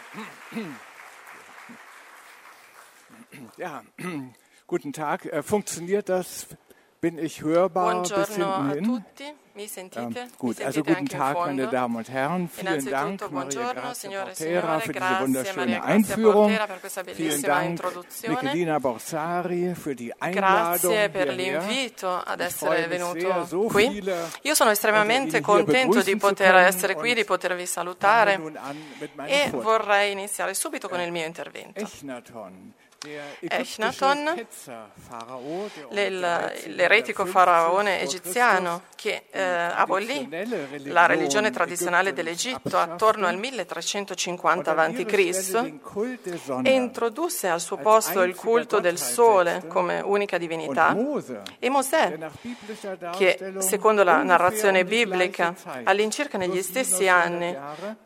Ja, guten Tag. Funktioniert das? Bin ich hörbar bis Buongiorno hinten a hin? tutti, mi sentite? Gut, Mi also sentite guten anche in Tag, meine fondo? Damen und Herren. Vielen Dank, Innanzitutto Maria buongiorno Grazia signore e Portera, signore, für diese grazie wunderschöne Maria Grazia Einführung. Portera per questa Vielen bellissima Dank, introduzione. Michelina Borsari, für die Einladung Grazie per hierher. l'invito ad Ich freue essere mich sehr, venuto so qui. viele Io sono unter estremamente Ihnen hier contento di begrüßen zu poter können essere qui, und di potervi fange salutare nun an mit meinem e Vortrag. vorrei iniziare subito con il mio intervento. Echnaton, der Echnaton, ägyptische Ketzer-Pharao, der um 13 l'eretico oder 50 faraone vor egiziano Christus che die abolì traditionelle la religione tradizionale Ägyptens dell'Egitto attorno al abschaffte 1350 und an ihre Stelle a.C. den Kult der e Sonne introdusse al suo als posto il einziger culto del Gottheit sole setzte come unica und divinità, Mose, e Mosè, der nach biblischer che Darstellung secondo la ungefähr narrazione um die gleiche biblica, Zeit, all'incirca negli plus stessi minus 100 anni, Jahre,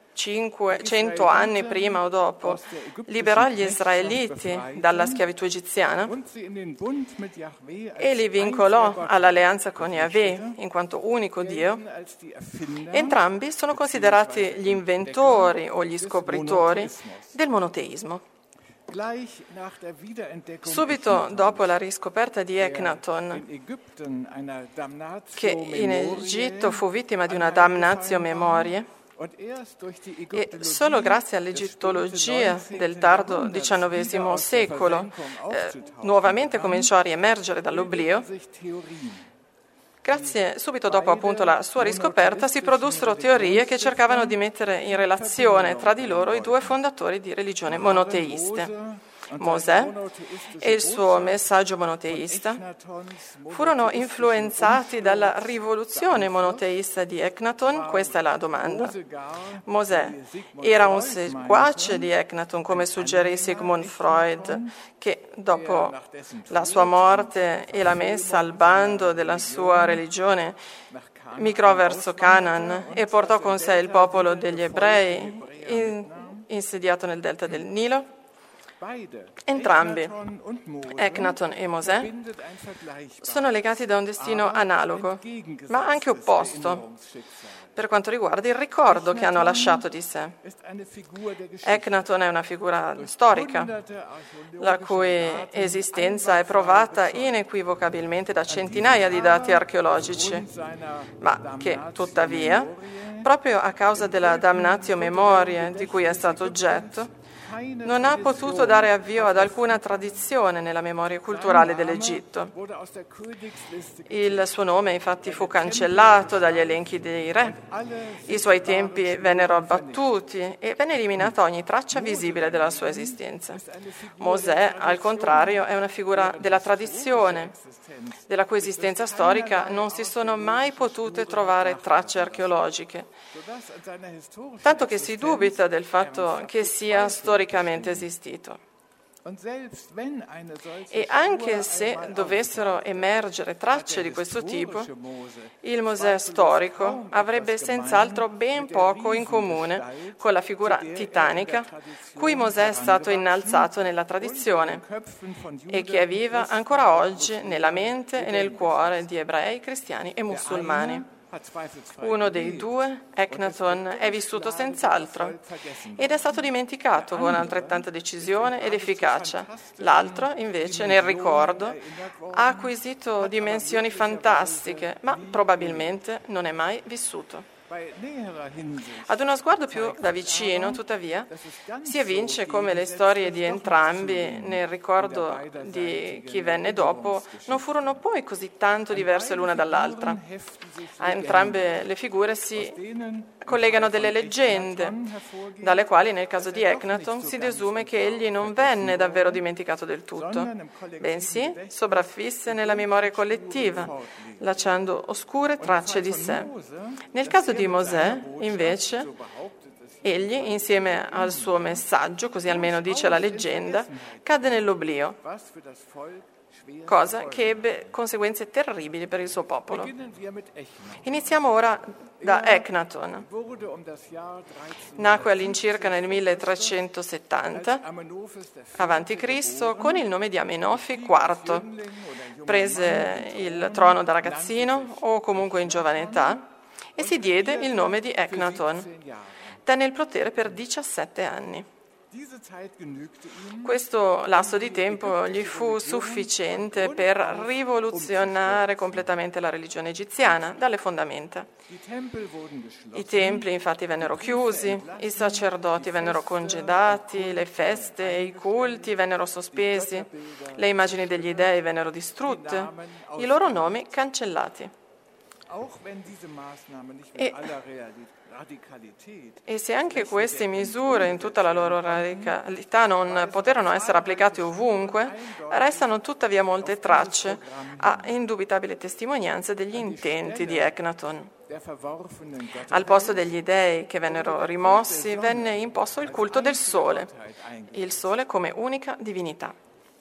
500 anni prima o dopo, aus der ägyptischen liberò gli Knechtschaft israeliti dalla befreite schiavitù egiziana und sie in den Bund mit Jahweh e als li einziger vincolò Gott all'alleanza con Yahweh verpflichtete, in quanto unico Dio. gelten als die Erfinder Entrambi sono considerati gli inventori o gli des scopritori Monotheismus. del monoteismo. Gleich nach der Wiederentdeckung Subito Echnatons, dopo la riscoperta di der Echnaton, in Ägypten einer Damnatio che in Memoriae Egitto fu vittima di una damnatio memoriae, und erst durch die e Ägyptologie solo grazie des all'egittologia späten del 19. tardo Jahrhunderts XIX wieder aus der secolo Versenkung aufzutauchen nuovamente begann, cominciò a riemergere dall'oblio. bildeten sich Theorien. Grazie, subito dopo appunto la sua riscoperta si produssero teorie che cercavano di mettere in relazione tra di loro i due fondatori di religione monoteiste. Mosè e il suo messaggio monoteista furono influenzati dalla rivoluzione monoteista di Echnaton? Questa è la domanda. Mosè era un seguace di Echnaton, come suggerì Sigmund Freud, che dopo la sua morte e la messa al bando della sua religione migrò verso Canaan e portò con sé il popolo degli ebrei insediato nel delta del Nilo? Entrambi, Echnaton e Mosè, sono legati da un destino analogo, ma anche opposto, per quanto riguarda il ricordo che hanno lasciato di sé. Echnaton è una figura storica, la cui esistenza è provata inequivocabilmente da centinaia di dati archeologici, ma che, tuttavia, proprio a causa della damnatio memoriae di cui è stato oggetto, non ha potuto dare avvio ad alcuna tradizione nella memoria culturale dell'Egitto. Il suo nome infatti fu cancellato dagli elenchi dei re, i suoi tempi vennero abbattuti e venne eliminata ogni traccia visibile della sua esistenza. Mosè, al contrario, è una figura della tradizione, della cui esistenza storica non si sono mai potute trovare tracce archeologiche, tanto che si dubita del fatto che sia storicamente esistito. E anche se dovessero emergere tracce di questo tipo, il Mosè storico avrebbe senz'altro ben poco in comune con la figura titanica cui Mosè è stato innalzato nella tradizione e che è viva ancora oggi nella mente e nel cuore di ebrei, cristiani e musulmani. Uno dei due, Echnaton, è vissuto senz'altro ed è stato dimenticato con altrettanta decisione ed efficacia. L'altro, invece, nel ricordo, ha acquisito dimensioni fantastiche, ma probabilmente non è mai vissuto. Ad uno sguardo più da vicino, tuttavia, si evince come le storie di entrambi, nel ricordo di chi venne dopo, non furono poi così tanto diverse l'una dall'altra. A entrambe le figure si collegano delle leggende, dalle quali nel caso di Echnaton si desume che egli non venne davvero dimenticato del tutto, bensì sopravvisse nella memoria collettiva, lasciando oscure tracce di sé. Nel caso di Mosè, invece, egli, insieme al suo messaggio, così almeno dice la leggenda, cadde nell'oblio, cosa che ebbe conseguenze terribili per il suo popolo. Iniziamo ora da Echnaton. Nacque all'incirca nel 1370 a.C. con il nome di Amenofi IV. Prese il trono da ragazzino o comunque in giovane età e si diede il nome di Echnaton. Tenne il potere per 17 anni. Questo lasso di tempo gli fu sufficiente per rivoluzionare completamente la religione egiziana dalle fondamenta. I templi infatti vennero chiusi, i sacerdoti vennero congedati, le feste e i culti vennero sospesi, le immagini degli dei vennero distrutte, i loro nomi cancellati. E se anche queste misure in tutta la loro radicalità non poterono essere applicate ovunque, restano tuttavia molte tracce a indubitabile testimonianza degli intenti di Echnaton. Al posto degli dei che vennero rimossi, venne imposto il culto del sole, il sole come unica divinità.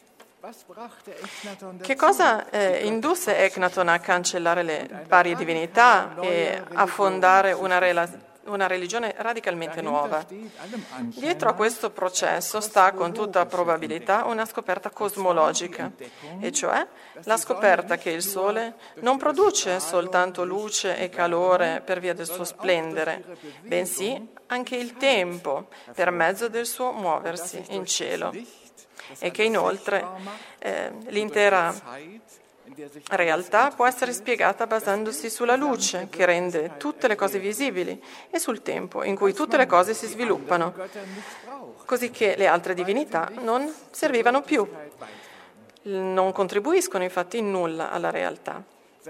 Che cosa indusse Echnaton a cancellare le varie divinità e a fondare una religione radicalmente nuova? Dietro a questo processo sta con tutta probabilità una scoperta cosmologica, e cioè la scoperta che il Sole non produce soltanto luce e calore per via del suo splendere, bensì anche il tempo per mezzo del suo muoversi in cielo, e che inoltre l'intera realtà può essere spiegata basandosi sulla luce che rende tutte le cose visibili e sul tempo in cui tutte le cose si sviluppano, così che le altre divinità non servivano più, non contribuiscono infatti in nulla alla realtà.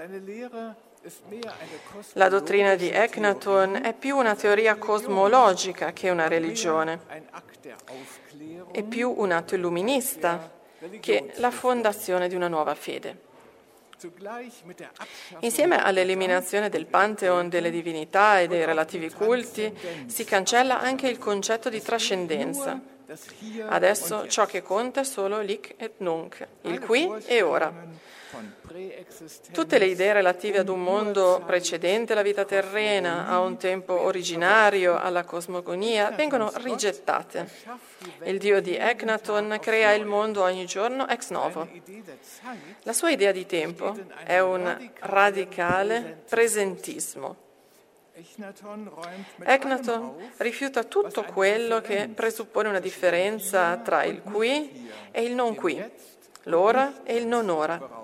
La dottrina di Echnaton è più una teoria cosmologica che una religione, è più un atto illuminista che la fondazione di una nuova fede. Insieme all'eliminazione del pantheon delle divinità e dei relativi culti, si cancella anche il concetto di trascendenza. Adesso ciò che conta è solo l'hic et nunc, il qui e ora. Tutte le idee relative ad un mondo precedente alla vita terrena, a un tempo originario, alla cosmogonia, vengono rigettate. Il Dio di Echnaton crea il mondo ogni giorno ex novo. La sua idea di tempo è un radicale presentismo. Echnaton rifiuta tutto quello che presuppone una differenza tra il qui e il non qui, l'ora e il non ora.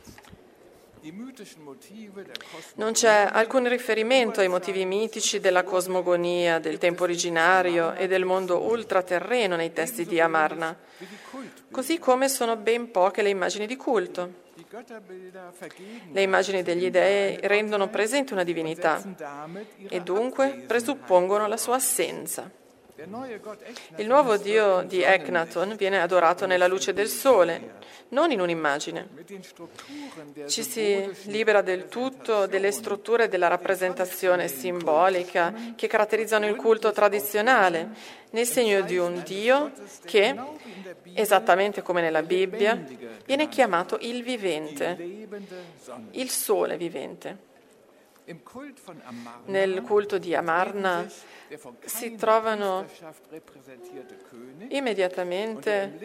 Non c'è alcun riferimento ai motivi mitici della cosmogonia, del tempo originario e del mondo ultraterreno nei testi di Amarna, così come sono ben poche le immagini di culto. Le immagini degli dei rendono presente una divinità e dunque presuppongono la sua assenza. Il nuovo Dio di Echnaton viene adorato nella luce del sole, non in un'immagine. Ci si libera del tutto delle strutture della rappresentazione simbolica che caratterizzano il culto tradizionale, nel segno di un Dio che, esattamente come nella Bibbia, viene chiamato il vivente, il sole vivente. Nel culto di Amarna si trovano immediatamente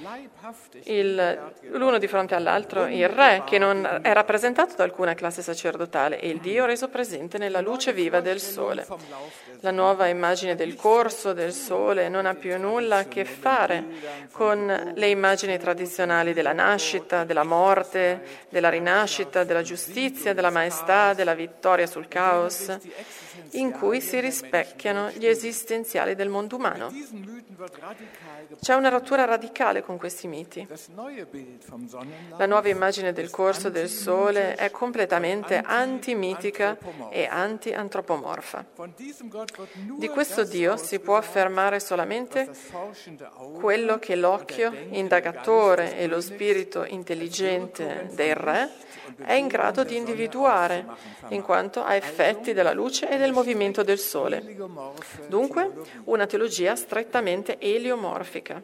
l'uno di fronte all'altro il re, che non è rappresentato da alcuna classe sacerdotale, e il Dio reso presente nella luce viva del sole. La nuova immagine del corso del sole non ha più nulla a che fare con le immagini tradizionali della nascita, della morte, della rinascita, della giustizia, della maestà, della vittoria sul caos, in cui si rispecchiano gli esistenziali del mondo umano. C'è una rottura radicale con questi miti. La nuova immagine del corso del sole è completamente antimitica e anti-antropomorfa. Di questo Dio si può affermare solamente quello che l'occhio indagatore e lo spirito intelligente del re è in grado di individuare, in quanto ha effetti della luce e del movimento del sole. Dunque, una teologia strettamente eliomorfica.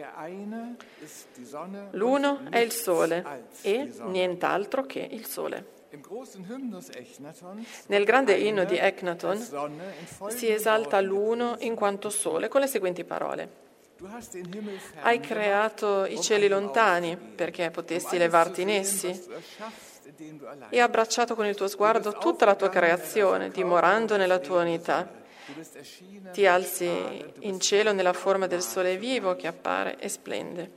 L'uno è il sole e nient'altro che il sole. Nel grande inno di Echnaton si esalta l'uno in quanto sole con le seguenti parole. Hai creato i cieli lontani perché potessi levarti in essi e abbracciato con il tuo sguardo tutta la tua creazione, dimorando nella tua unità. Ti alzi in cielo nella forma del sole vivo che appare e splende,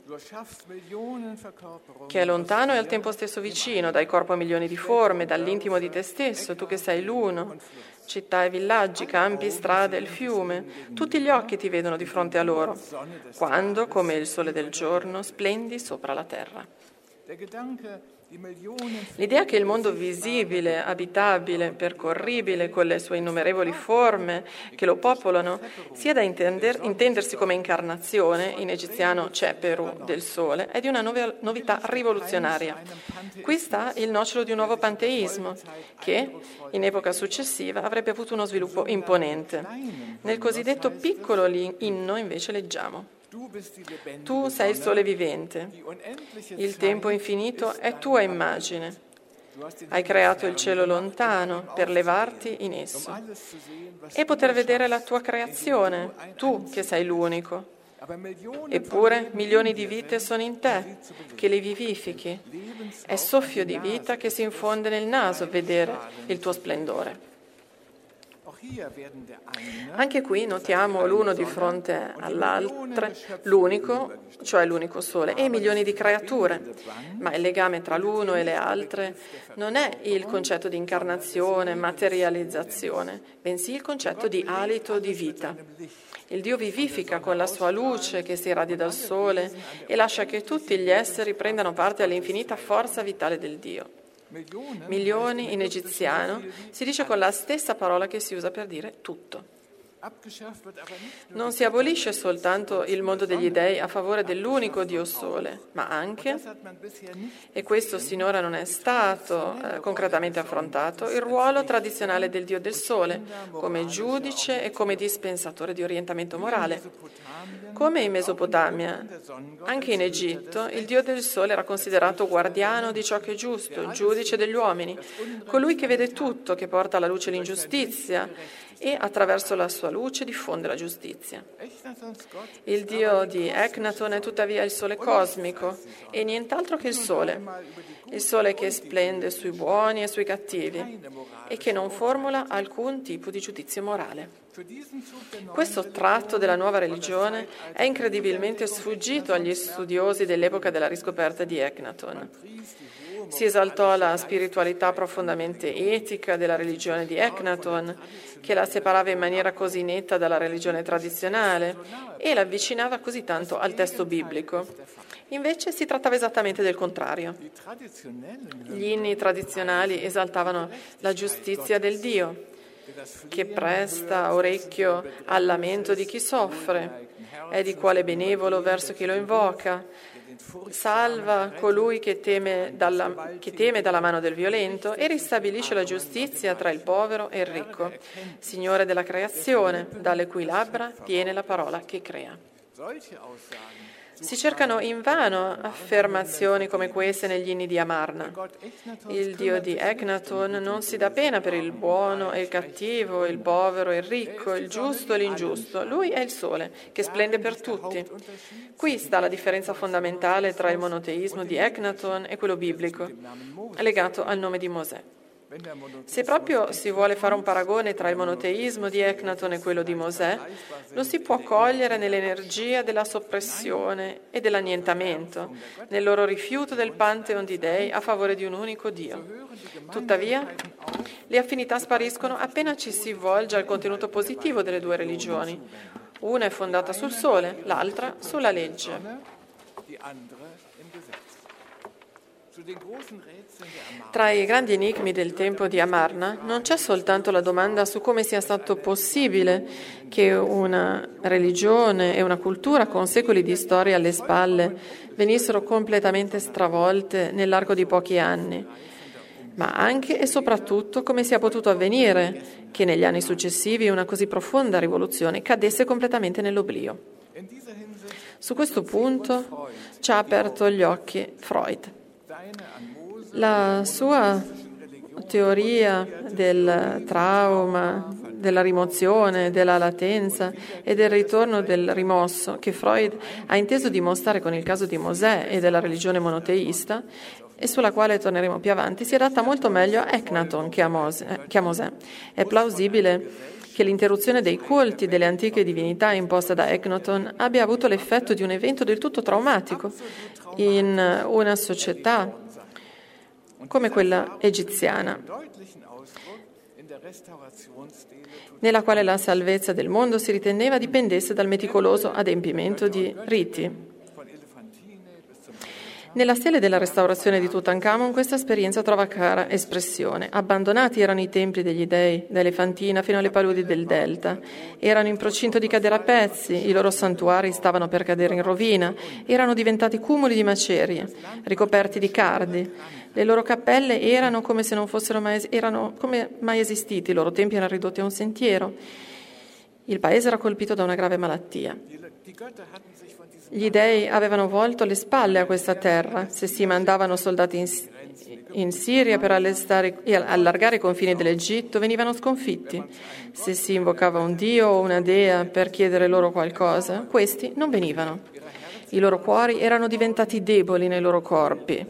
che è lontano e al tempo stesso vicino, dai corpo a milioni di forme, dall'intimo di te stesso, tu che sei l'uno, città e villaggi, campi, strade, il fiume, tutti gli occhi ti vedono di fronte a loro, quando, come il sole del giorno, splendi sopra la terra. L'idea che il mondo visibile, abitabile, percorribile, con le sue innumerevoli forme che lo popolano, sia da intendersi come incarnazione, in egiziano Ceperu, del Sole, è di una novità rivoluzionaria. Qui sta il nocciolo di un nuovo panteismo, che, in epoca successiva, avrebbe avuto uno sviluppo imponente. Nel cosiddetto piccolo inno, invece, leggiamo: tu sei il sole vivente, il tempo infinito è tua immagine. Hai creato il cielo lontano per levarti in esso e poter vedere la tua creazione, tu che sei l'unico. Eppure milioni di vite sono in te, che le vivifichi. È soffio di vita che si infonde nel naso vedere il tuo splendore. Anche qui notiamo l'uno di fronte all'altro, l'unico, cioè l'unico sole, e milioni di creature, ma il legame tra l'uno e le altre non è il concetto di incarnazione, materializzazione, bensì il concetto di alito di vita. Il Dio vivifica con la sua luce che si irradia dal sole e lascia che tutti gli esseri prendano parte all'infinita forza vitale del Dio. Milioni in egiziano si dice con la stessa parola che si usa per dire tutto. Non si abolisce soltanto il mondo degli dei a favore dell'unico Dio Sole, ma anche, e questo sinora non è stato concretamente affrontato, il ruolo tradizionale del Dio del Sole, come giudice e come dispensatore di orientamento morale. Come in Mesopotamia, anche in Egitto, il Dio del Sole era considerato guardiano di ciò che è giusto, giudice degli uomini, colui che vede tutto, che porta alla luce l'ingiustizia e attraverso la sua luce diffonde la giustizia. Il Dio di Echnaton è tuttavia il sole cosmico e nient'altro che il sole che splende sui buoni e sui cattivi e che non formula alcun tipo di giudizio morale. Questo tratto della nuova religione è incredibilmente sfuggito agli studiosi dell'epoca della riscoperta di Echnaton. Si esaltò la spiritualità profondamente etica della religione di Echnaton, che la separava in maniera così netta dalla religione tradizionale e l'avvicinava così tanto al testo biblico. Invece si trattava esattamente del contrario. Gli inni tradizionali esaltavano la giustizia del Dio, che presta orecchio al lamento di chi soffre, è di cuore benevolo verso chi lo invoca, salva colui che teme dalla mano del violento e ristabilisce la giustizia tra il povero e il ricco, Signore della creazione, dalle cui labbra viene la parola che crea. Si cercano invano affermazioni come queste negli inni di Amarna. Il Dio di Echnaton non si dà pena per il buono e il cattivo, il povero e il ricco, il giusto e l'ingiusto. Lui è il sole, che splende per tutti. Qui sta la differenza fondamentale tra il monoteismo di Echnaton e quello biblico, legato al nome di Mosè. Se proprio si vuole fare un paragone tra il monoteismo di Echnaton e quello di Mosè, lo si può cogliere nell'energia della soppressione e dell'annientamento, nel loro rifiuto del pantheon di dei a favore di un unico Dio. Tuttavia, le affinità spariscono appena ci si volge al contenuto positivo delle due religioni. Una è fondata sul sole, l'altra sulla legge. Tra i grandi enigmi del tempo di Amarna non c'è soltanto la domanda su come sia stato possibile che una religione e una cultura con secoli di storia alle spalle venissero completamente stravolte nell'arco di pochi anni, ma anche e soprattutto come sia potuto avvenire che negli anni successivi una così profonda rivoluzione cadesse completamente nell'oblio. Su questo punto ci ha aperto gli occhi Freud. La sua teoria del trauma, della rimozione, della latenza e del ritorno del rimosso, che Freud ha inteso dimostrare con il caso di Mosè e della religione monoteista, e sulla quale torneremo più avanti, si adatta molto meglio a Echnaton che a Mosè. È plausibile che l'interruzione dei culti delle antiche divinità imposta da Echnaton abbia avuto l'effetto di un evento del tutto traumatico in una società come quella egiziana, nella quale la salvezza del mondo si riteneva dipendesse dal meticoloso adempimento di riti. Nella stele della restaurazione di Tutankhamon questa esperienza trova chiara espressione. Abbandonati erano i templi degli dei, da Elefantina fino alle paludi del delta. Erano in procinto di cadere a pezzi, i loro santuari stavano per cadere in rovina, erano diventati cumuli di macerie, ricoperti di cardi. Le loro cappelle erano come se non fossero mai esistiti, i loro templi erano ridotti a un sentiero. Il paese era colpito da una grave malattia. Gli dei avevano volto le spalle a questa terra. Se si mandavano soldati in Siria per allargare i confini dell'Egitto, venivano sconfitti. Se si invocava un dio o una dea per chiedere loro qualcosa, questi non venivano. I loro cuori erano diventati deboli nei loro corpi.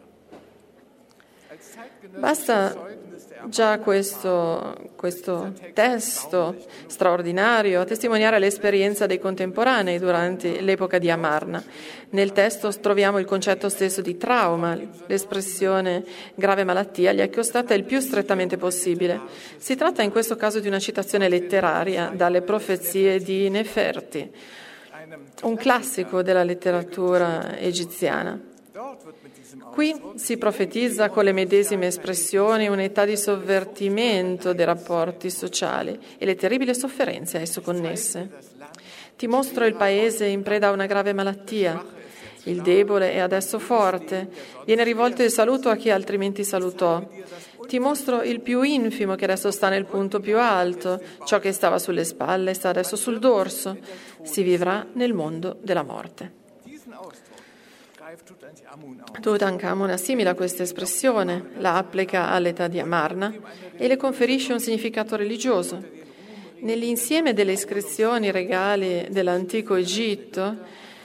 Basta già questo testo straordinario a testimoniare l'esperienza dei contemporanei durante l'epoca di Amarna. Nel testo troviamo il concetto stesso di trauma, l'espressione grave malattia gli è accostata il più strettamente possibile. Si tratta in questo caso di una citazione letteraria dalle profezie di Neferti, un classico della letteratura egiziana. Qui si profetizza con le medesime espressioni un'età di sovvertimento dei rapporti sociali e le terribili sofferenze a esso connesse. Ti mostro il paese in preda a una grave malattia. Il debole è adesso forte. Viene rivolto il saluto a chi altrimenti salutò. Ti mostro il più infimo che adesso sta nel punto più alto. Ciò che stava sulle spalle sta adesso sul dorso. Si vivrà nel mondo della morte. Tutankhamon assimila questa espressione, la applica all'età di Amarna e le conferisce un significato religioso. Nell'insieme delle iscrizioni regali dell'antico Egitto,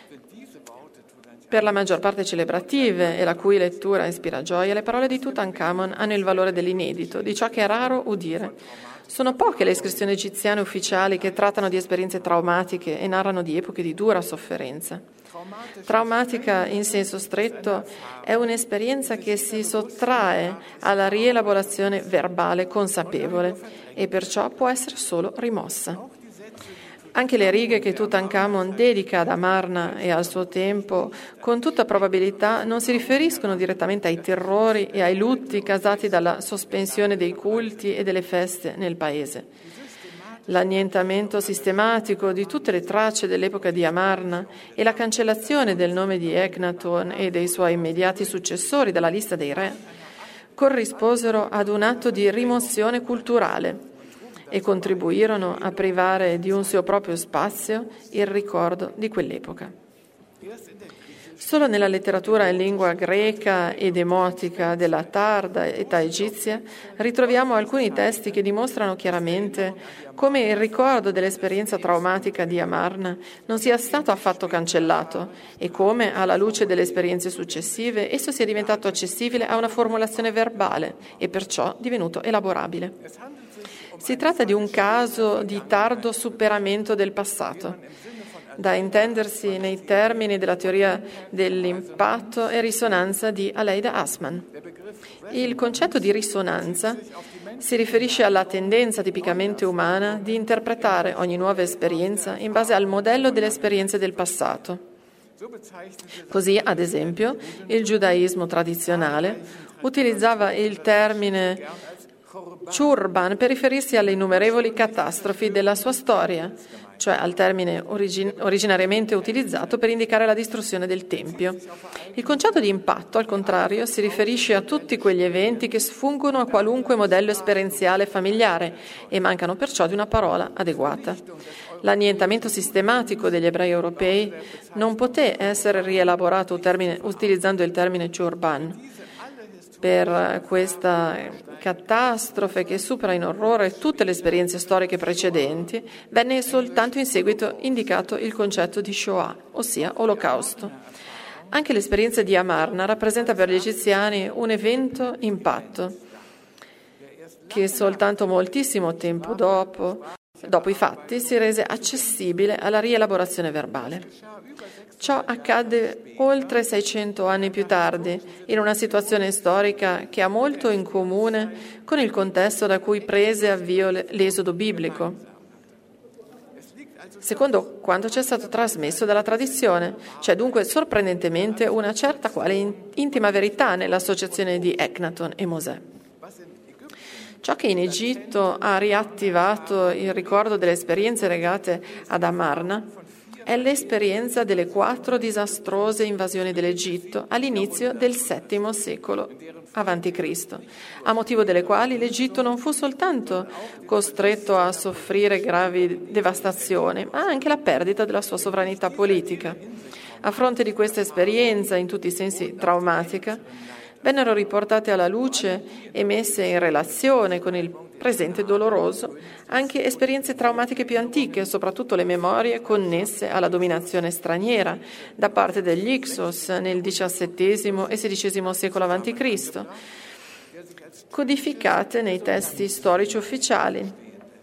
per la maggior parte celebrative e la cui lettura ispira gioia, le parole di Tutankhamon hanno il valore dell'inedito, di ciò che è raro udire. Sono poche le iscrizioni egiziane ufficiali che trattano di esperienze traumatiche e narrano di epoche di dura sofferenza. Traumatica in senso stretto è un'esperienza che si sottrae alla rielaborazione verbale consapevole e perciò può essere solo rimossa. Anche le righe che Tutankhamon dedica ad Amarna e al suo tempo, con tutta probabilità, non si riferiscono direttamente ai terrori e ai lutti causati dalla sospensione dei culti e delle feste nel paese. L'annientamento sistematico di tutte le tracce dell'epoca di Amarna e la cancellazione del nome di Echnaton e dei suoi immediati successori dalla lista dei re corrisposero ad un atto di rimozione culturale e contribuirono a privare di un suo proprio spazio il ricordo di quell'epoca. Solo nella letteratura in lingua greca ed emotica della tarda età egizia ritroviamo alcuni testi che dimostrano chiaramente come il ricordo dell'esperienza traumatica di Amarna non sia stato affatto cancellato e come, alla luce delle esperienze successive, esso sia diventato accessibile a una formulazione verbale e perciò divenuto elaborabile. Si tratta di un caso di tardo superamento del passato, da intendersi nei termini della teoria dell'impatto e risonanza di Aleida Assmann. Il concetto di risonanza si riferisce alla tendenza tipicamente umana di interpretare ogni nuova esperienza in base al modello delle esperienze del passato. Così, ad esempio, il giudaismo tradizionale utilizzava il termine Churban per riferirsi alle innumerevoli catastrofi della sua storia, cioè al termine originariamente utilizzato per indicare la distruzione del Tempio. Il concetto di impatto, al contrario, si riferisce a tutti quegli eventi che sfuggono a qualunque modello esperienziale familiare e mancano perciò di una parola adeguata. L'annientamento sistematico degli ebrei europei non poté essere rielaborato utilizzando il termine Churban. Per questa catastrofe che supera in orrore tutte le esperienze storiche precedenti, venne soltanto in seguito indicato il concetto di Shoah, ossia Olocausto. Anche l'esperienza di Amarna rappresenta per gli egiziani un evento impatto, che soltanto moltissimo tempo dopo Dopo i fatti si rese accessibile alla rielaborazione verbale. Ciò accadde oltre 600 anni più tardi, in una situazione storica che ha molto in comune con il contesto da cui prese avvio l'esodo biblico, secondo quanto ci è stato trasmesso dalla tradizione. C'è dunque sorprendentemente una certa quale intima verità nell'associazione di Echnaton e Mosè. Ciò che in Egitto ha riattivato il ricordo delle esperienze legate ad Amarna è l'esperienza delle 4 disastrose invasioni dell'Egitto all'inizio del VII secolo a.C., a motivo delle quali l'Egitto non fu soltanto costretto a soffrire gravi devastazioni, ma anche la perdita della sua sovranità politica. A fronte di questa esperienza, in tutti i sensi traumatica, vennero riportate alla luce e messe in relazione con il presente doloroso anche esperienze traumatiche più antiche, soprattutto le memorie connesse alla dominazione straniera da parte degli Ixos nel XVII e XVI secolo a.C., codificate nei testi storici ufficiali.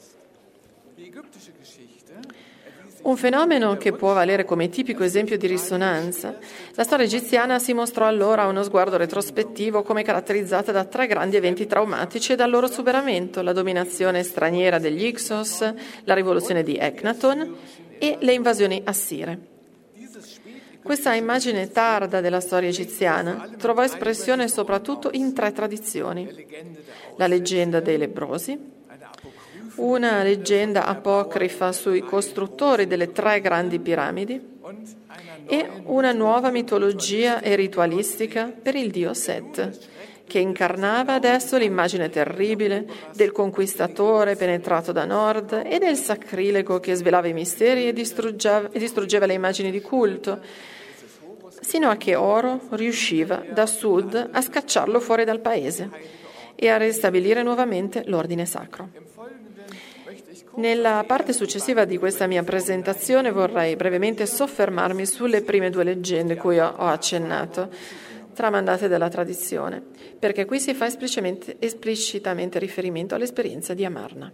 Un fenomeno che può valere come tipico esempio di risonanza. La storia egiziana si mostrò allora a uno sguardo retrospettivo come caratterizzata da 3 grandi eventi traumatici e dal loro superamento: la dominazione straniera degli Ixos, la rivoluzione di Echnaton e le invasioni assire. Questa immagine tarda della storia egiziana trovò espressione soprattutto in 3 tradizioni: la leggenda dei lebbrosi, una leggenda apocrifa sui costruttori delle 3 grandi piramidi e una nuova mitologia e ritualistica per il dio Set, che incarnava adesso l'immagine terribile del conquistatore penetrato da nord e del sacrilego che svelava i misteri e distruggeva le immagini di culto, sino a che Oro riusciva da sud a scacciarlo fuori dal paese e a ristabilire nuovamente l'ordine sacro. Nella parte successiva di questa mia presentazione vorrei brevemente soffermarmi sulle prime 2 leggende cui ho accennato, tramandate dalla tradizione, perché qui si fa esplicitamente riferimento all'esperienza di Amarna.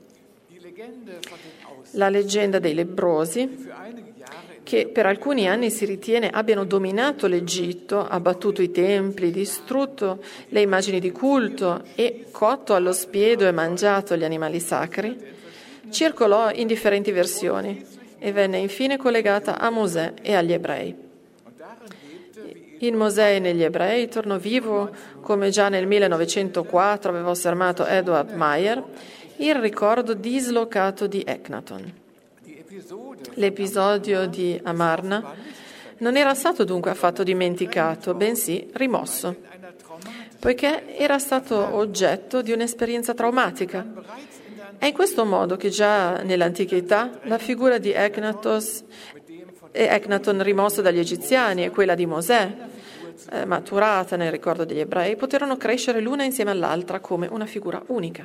La leggenda dei lebbrosi, che per alcuni anni si ritiene abbiano dominato l'Egitto, abbattuto i templi, distrutto le immagini di culto e cotto allo spiedo e mangiato gli animali sacri, circolò in differenti versioni e venne infine collegata a Mosè e agli ebrei. In Mosè e negli ebrei tornò vivo, come già nel 1904 aveva osservato Edward Meyer, il ricordo dislocato di Echnaton. L'episodio di Amarna non era stato dunque affatto dimenticato, bensì rimosso, poiché era stato oggetto di un'esperienza traumatica. È in questo modo che già nell'antichità la figura di Echnaton rimossa dagli egiziani e quella di Mosè, maturata nel ricordo degli ebrei, poterono crescere l'una insieme all'altra come una figura unica.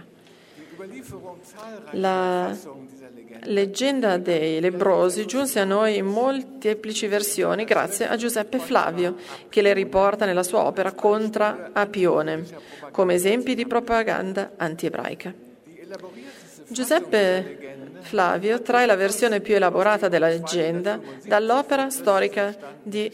La leggenda dei lebbrosi giunse a noi in molteplici versioni grazie a Giuseppe Flavio, che le riporta nella sua opera Contra Apione, come esempi di propaganda anti-ebraica. Giuseppe Flavio trae la versione più elaborata della leggenda dall'opera storica di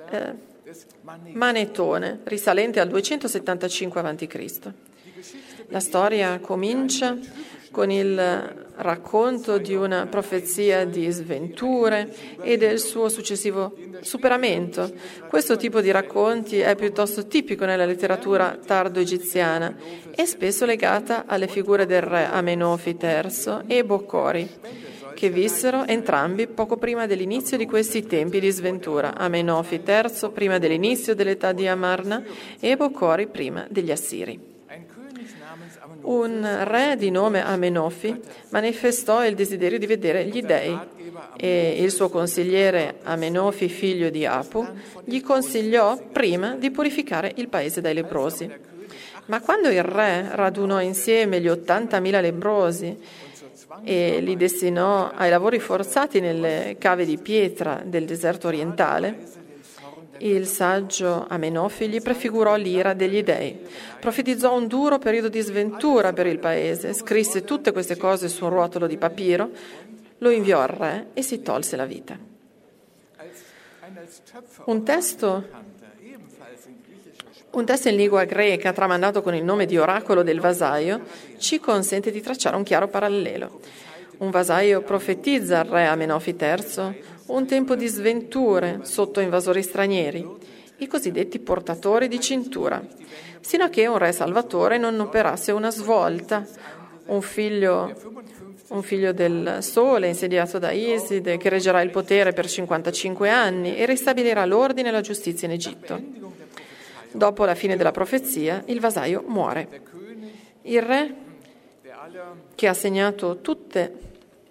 Manetone, risalente al 275 a.C. La storia comincia con il racconto di una profezia di sventure e del suo successivo superamento. Questo tipo di racconti è piuttosto tipico nella letteratura tardo-egiziana e spesso legata alle figure del re Amenofi III e Boccori, che vissero entrambi poco prima dell'inizio di questi tempi di sventura. Amenofi III prima dell'inizio dell'età di Amarna e Boccori prima degli Assiri. Un re di nome Amenofi manifestò il desiderio di vedere gli dei e il suo consigliere Amenofi, figlio di Apu, gli consigliò prima di purificare il paese dai lebbrosi. Ma quando il re radunò insieme gli 80.000 lebbrosi e li destinò ai lavori forzati nelle cave di pietra del deserto orientale, Il saggio Amenofi gli prefigurò l'ira degli dei, profetizzò un duro periodo di sventura per il paese, scrisse tutte queste cose su un rotolo di papiro, lo inviò al re e si tolse la vita. Un testo in lingua greca, tramandato con il nome di oracolo del vasaio, ci consente di tracciare un chiaro parallelo. Un vasaio profetizza al re Amenofi III un tempo di sventure sotto invasori stranieri, i cosiddetti portatori di cintura, sino a che un re salvatore non operasse una svolta, un figlio del sole insediato da Iside che reggerà il potere per 55 anni e ristabilirà l'ordine e la giustizia in Egitto. Dopo la fine della profezia, il vasaio muore. Il re, che ha segnato tutte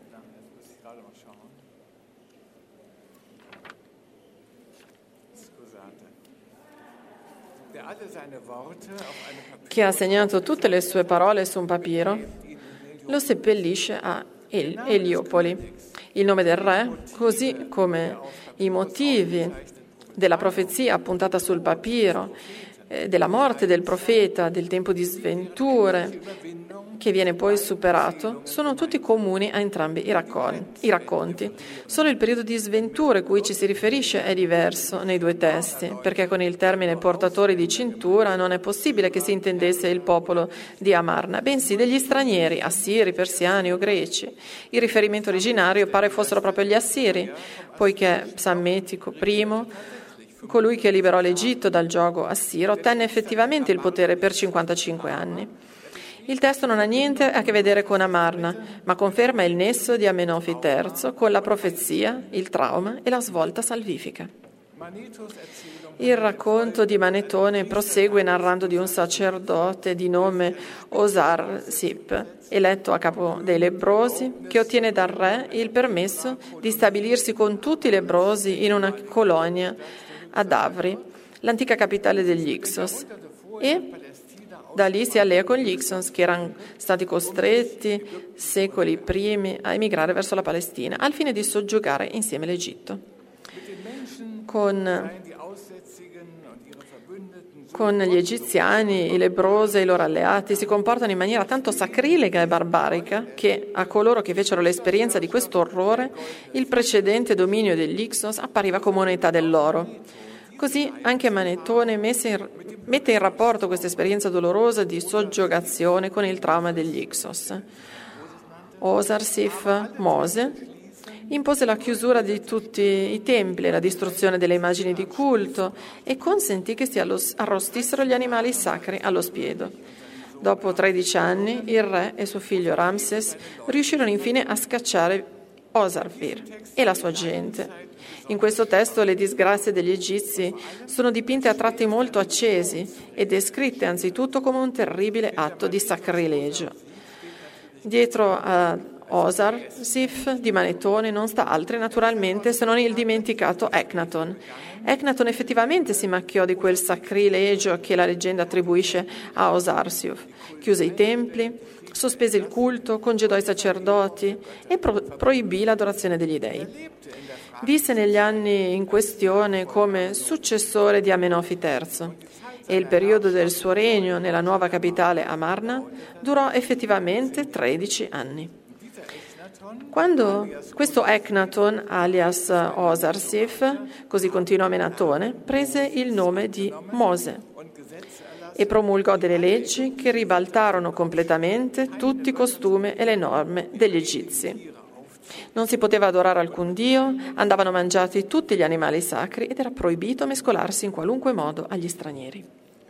le sue parole su un papiro, lo seppellisce a Eliopoli. Il nome del re, così come i motivi della profezia appuntata sul papiro, della morte del profeta, del tempo di sventure, che viene poi superato, sono tutti comuni a entrambi i racconti. Solo il periodo di sventure cui ci si riferisce è diverso nei due testi, perché con il termine portatori di cintura non è possibile che si intendesse il popolo di Amarna, bensì degli stranieri, assiri, persiani o greci. Il riferimento originario pare fossero proprio gli assiri, poiché Psammetico I, colui che liberò l'Egitto dal giogo assiro, ottenne effettivamente il potere per 55 anni. Il testo non ha niente a che vedere con Amarna, ma conferma il nesso di Amenofi III con la profezia, il trauma e la svolta salvifica. Il racconto di Manetone prosegue narrando di un sacerdote di nome Osar-Sip, eletto a capo dei lebbrosi, che ottiene dal re il permesso di stabilirsi con tutti i lebbrosi in una colonia ad Avri, l'antica capitale degli Ixos, e da lì si allea con gli Ixos, che erano stati costretti secoli primi a emigrare verso la Palestina, al fine di soggiogare insieme l'Egitto. Con gli egiziani, i lebbrosi e i loro alleati si comportano in maniera tanto sacrilega e barbarica che a coloro che fecero l'esperienza di questo orrore il precedente dominio degli Ixos appariva come moneta dell'oro. Così anche Manetone mette in rapporto questa esperienza dolorosa di soggiogazione con il trauma degli Ixos. Osar-Sif, Mose, impose la chiusura di tutti i templi, la distruzione delle immagini di culto e consentì che si arrostissero gli animali sacri allo spiedo. Dopo 13 anni, il re e suo figlio Ramses riuscirono infine a scacciare Osarpir e la sua gente. In questo testo le disgrazie degli egizi sono dipinte a tratti molto accesi e descritte anzitutto come un terribile atto di sacrilegio. Dietro a Osar-Sif di Manetone non sta altri naturalmente se non il dimenticato Echnaton. Echnaton effettivamente si macchiò di quel sacrilegio che la leggenda attribuisce a Osar-Sif. Chiuse i templi, sospese il culto, congedò i sacerdoti e proibì l'adorazione degli dei. Visse negli anni in questione come successore di Amenofi III e il periodo del suo regno nella nuova capitale Amarna durò effettivamente 13 anni. Quando questo Echnaton, alias Osar-Sif, così continua Menatone, prese il nome di Mose e promulgò delle leggi che ribaltarono completamente tutti i costumi e le norme degli egizi. Non si poteva adorare alcun dio, andavano mangiati tutti gli animali sacri ed era proibito mescolarsi in qualunque modo agli stranieri.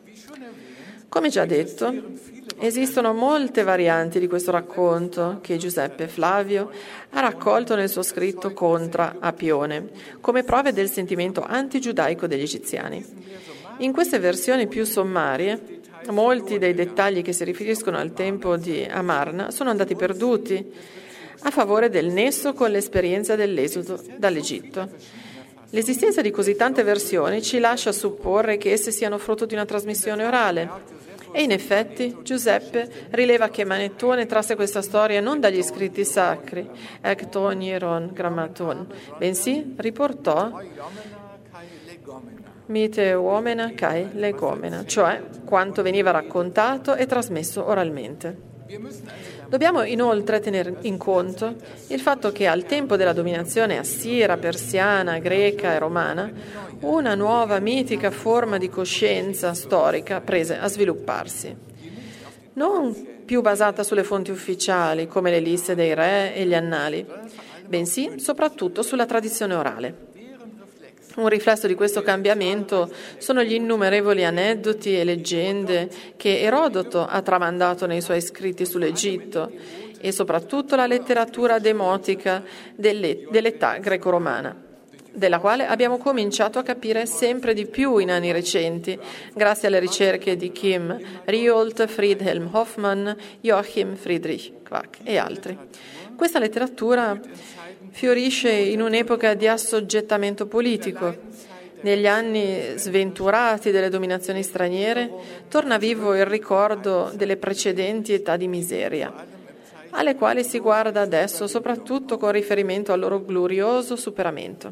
Come già detto, esistono molte varianti di questo racconto che Giuseppe Flavio ha raccolto nel suo scritto Contra Apione, come prove del sentimento antigiudaico degli egiziani. In queste versioni più sommarie, molti dei dettagli che si riferiscono al tempo di Amarna sono andati perduti a favore del nesso con l'esperienza dell'esodo dall'Egitto. L'esistenza di così tante versioni ci lascia supporre che esse siano frutto di una trasmissione orale. E in effetti Giuseppe rileva che Manetone trasse questa storia non dagli scritti sacri, Ecton, Hieron, Grammaton, bensì riportò Mite uomena kai legomena, cioè quanto veniva raccontato e trasmesso oralmente. Dobbiamo inoltre tenere in conto il fatto che al tempo della dominazione assira, persiana, greca e romana, una nuova mitica forma di coscienza storica prese a svilupparsi. Non più basata sulle fonti ufficiali, come le liste dei re e gli annali, bensì soprattutto sulla tradizione orale. Un riflesso di questo cambiamento sono gli innumerevoli aneddoti e leggende che Erodoto ha tramandato nei suoi scritti sull'Egitto e soprattutto la letteratura demotica dell'età greco-romana, della quale abbiamo cominciato a capire sempre di più in anni recenti, grazie alle ricerche di Kim Riolt, Friedhelm Hoffmann, Joachim Friedrich Quack e altri. Questa letteratura fiorisce in un'epoca di assoggettamento politico. Negli anni sventurati delle dominazioni straniere torna vivo il ricordo delle precedenti età di miseria, alle quali si guarda adesso soprattutto con riferimento al loro glorioso superamento.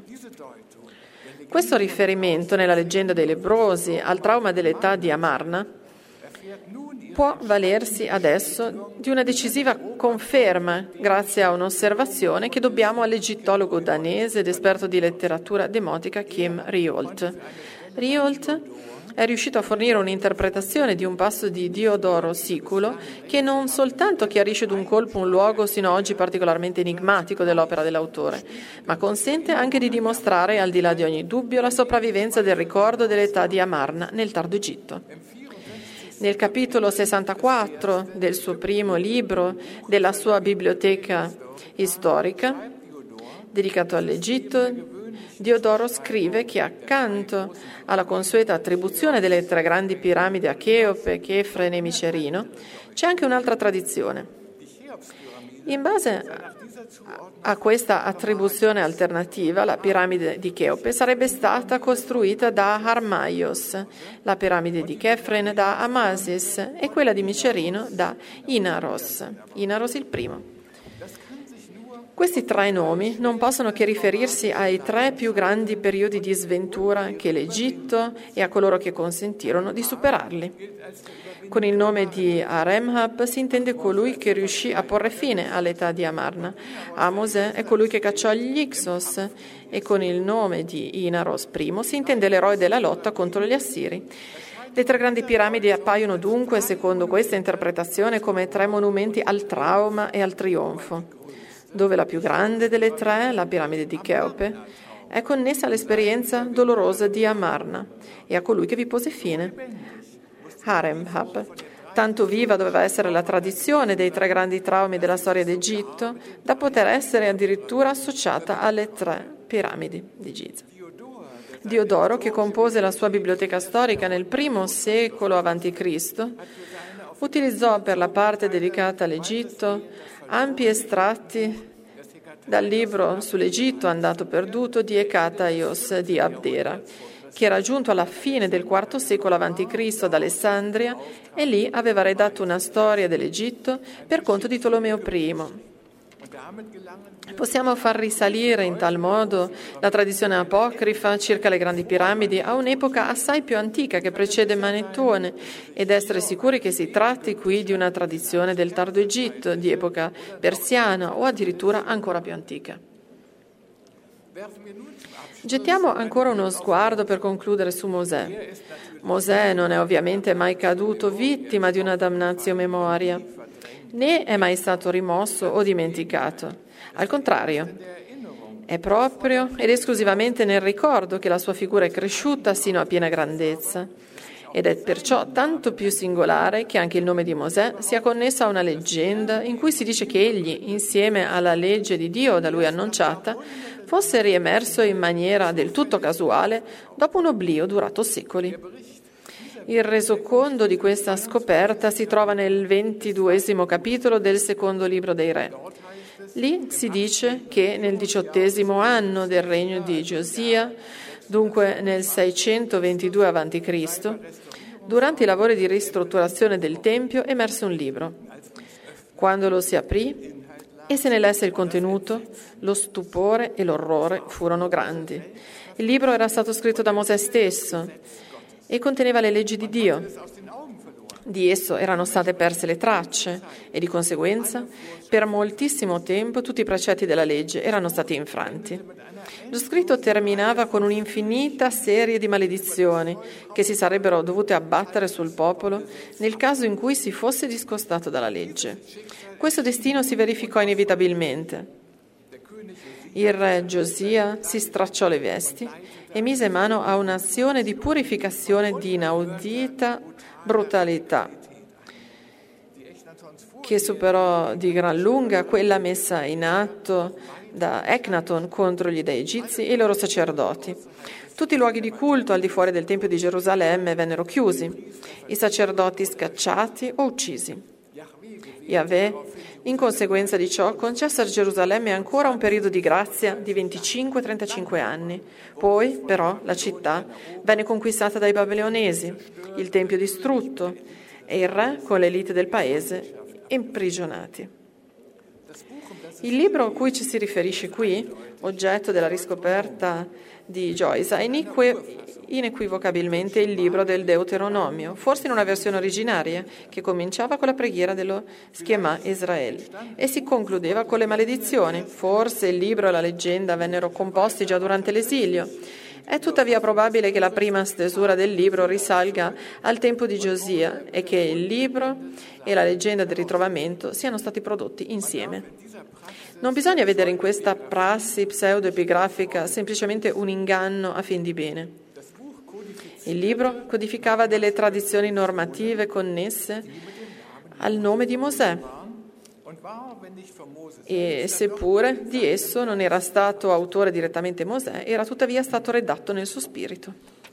Questo riferimento nella leggenda dei lebbrosi al trauma dell'età di Amarna può valersi adesso di una decisiva conferma grazie a un'osservazione che dobbiamo all'egittologo danese ed esperto di letteratura demotica Kim Riolt. Riolt è riuscito a fornire un'interpretazione di un passo di Diodoro Siculo che non soltanto chiarisce d'un colpo un luogo sino ad oggi particolarmente enigmatico dell'opera dell'autore, ma consente anche di dimostrare, al di là di ogni dubbio, la sopravvivenza del ricordo dell'età di Amarna nel tardo Egitto. Nel capitolo 64 del suo primo libro della sua biblioteca storica, dedicato all'Egitto, Diodoro scrive che accanto alla consueta attribuzione delle 3 grandi piramidi a Cheope, Chefren e Micerino, c'è anche un'altra tradizione. In base a questa attribuzione alternativa, la piramide di Cheope sarebbe stata costruita da Harmaios, la piramide di Chefren da Amasis e quella di Micerino da Inaros il primo. Questi 3 nomi non possono che riferirsi ai 3 più grandi periodi di sventura che l'Egitto e a coloro che consentirono di superarli. Con il nome di Aremhab si intende colui che riuscì a porre fine all'età di Amarna. Amose è colui che cacciò gli Ixos e con il nome di Inaros I si intende l'eroe della lotta contro gli Assiri. Le 3 grandi piramidi appaiono dunque, secondo questa interpretazione, come 3 monumenti al trauma e al trionfo, dove la più grande delle 3, la piramide di Cheope, è connessa all'esperienza dolorosa di Amarna e a colui che vi pose fine. Haremhab. Tanto viva doveva essere la tradizione dei 3 grandi traumi della storia d'Egitto da poter essere addirittura associata alle 3 piramidi di Giza. Diodoro, che compose la sua biblioteca storica nel I secolo a.C., utilizzò per la parte dedicata all'Egitto ampi estratti dal libro sull'Egitto andato perduto di Ecataios di Abdera, che era giunto alla fine del IV secolo a.C. ad Alessandria e lì aveva redatto una storia dell'Egitto per conto di Tolomeo I. Possiamo far risalire in tal modo la tradizione apocrifa circa le grandi piramidi a un'epoca assai più antica che precede Manettone ed essere sicuri che si tratti qui di una tradizione del tardo Egitto, di epoca persiana o addirittura ancora più antica. Gettiamo ancora uno sguardo per concludere su Mosè. Mosè non è ovviamente mai caduto vittima di una damnatio memoria, né è mai stato rimosso o dimenticato. Al contrario, è proprio ed esclusivamente nel ricordo che la sua figura è cresciuta sino a piena grandezza. Ed è perciò tanto più singolare che anche il nome di Mosè sia connesso a una leggenda in cui si dice che egli, insieme alla legge di Dio da lui annunciata, fosse riemerso in maniera del tutto casuale dopo un oblio durato secoli. Il resoconto di questa scoperta si trova nel 22° capitolo del secondo libro dei Re. Lì si dice che nel 18° anno del regno di Giosia, dunque nel 622 a.C., durante i lavori di ristrutturazione del Tempio emerse un libro. Quando lo si aprì, E se ne lesse il contenuto, lo stupore e l'orrore furono grandi. Il libro era stato scritto da Mosè stesso e conteneva le leggi di Dio. Di esso erano state perse le tracce e di conseguenza per moltissimo tempo tutti i precetti della legge erano stati infranti. Lo scritto terminava con un'infinita serie di maledizioni che si sarebbero dovute abbattere sul popolo nel caso in cui si fosse discostato dalla legge. Questo destino si verificò inevitabilmente. Il re Giosia si stracciò le vesti e mise mano a un'azione di purificazione di inaudita brutalità, che superò di gran lunga quella messa in atto da Ecnaton contro gli dei egizi e i loro sacerdoti. Tutti i luoghi di culto al di fuori del Tempio di Gerusalemme vennero chiusi, i sacerdoti scacciati o uccisi. Yahweh, in conseguenza di ciò, concesse a Gerusalemme ancora un periodo di grazia di 25-35 anni. Poi, però, la città venne conquistata dai babilonesi, il Tempio distrutto e il re con l'elite del paese imprigionati. Il libro a cui ci si riferisce qui, oggetto della riscoperta di Joyce, è inequivocabilmente il libro del Deuteronomio, forse in una versione originaria che cominciava con la preghiera dello Schema Israele e si concludeva con le maledizioni. Forse il libro e la leggenda vennero composti già durante l'esilio. È tuttavia probabile che la prima stesura del libro risalga al tempo di Giosia e che il libro e la leggenda del ritrovamento siano stati prodotti insieme. Non bisogna vedere in questa prassi pseudo-epigrafica semplicemente un inganno a fin di bene. Il libro codificava delle tradizioni normative connesse al nome di Mosè e seppure di esso non era stato autore direttamente Mosè, era tuttavia stato redatto nel suo spirito.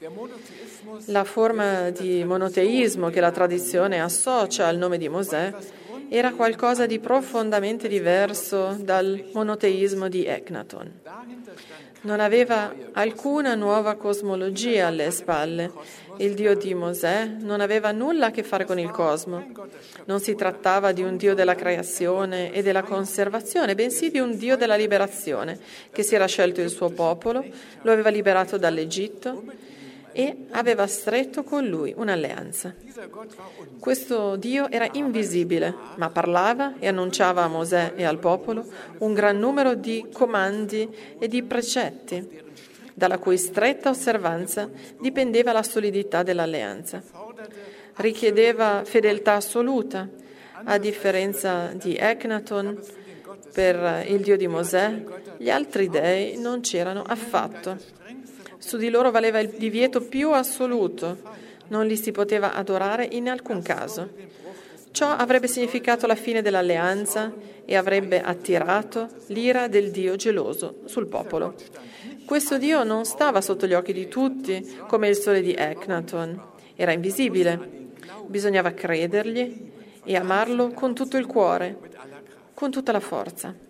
La forma di monoteismo che la tradizione associa al nome di Mosè era qualcosa di profondamente diverso dal monoteismo di Ecnaton. Non aveva alcuna nuova cosmologia alle spalle. Il Dio di Mosè non aveva nulla a che fare con il cosmo. Non si trattava di un Dio della creazione e della conservazione, bensì di un Dio della liberazione, che si era scelto il suo popolo, lo aveva liberato dall'Egitto e aveva stretto con lui un'alleanza. Questo Dio era invisibile, ma parlava e annunciava a Mosè e al popolo un gran numero di comandi e di precetti, dalla cui stretta osservanza dipendeva la solidità dell'alleanza. Richiedeva fedeltà assoluta, a differenza di Ecnaton. Per il Dio di Mosè, gli altri dei non c'erano affatto. Su di loro valeva il divieto più assoluto, non li si poteva adorare in alcun caso. Ciò avrebbe significato la fine dell'alleanza e avrebbe attirato l'ira del Dio geloso sul popolo. Questo Dio non stava sotto gli occhi di tutti come il sole di Ecnaton, era invisibile. Bisognava credergli e amarlo con tutto il cuore, con tutta la forza.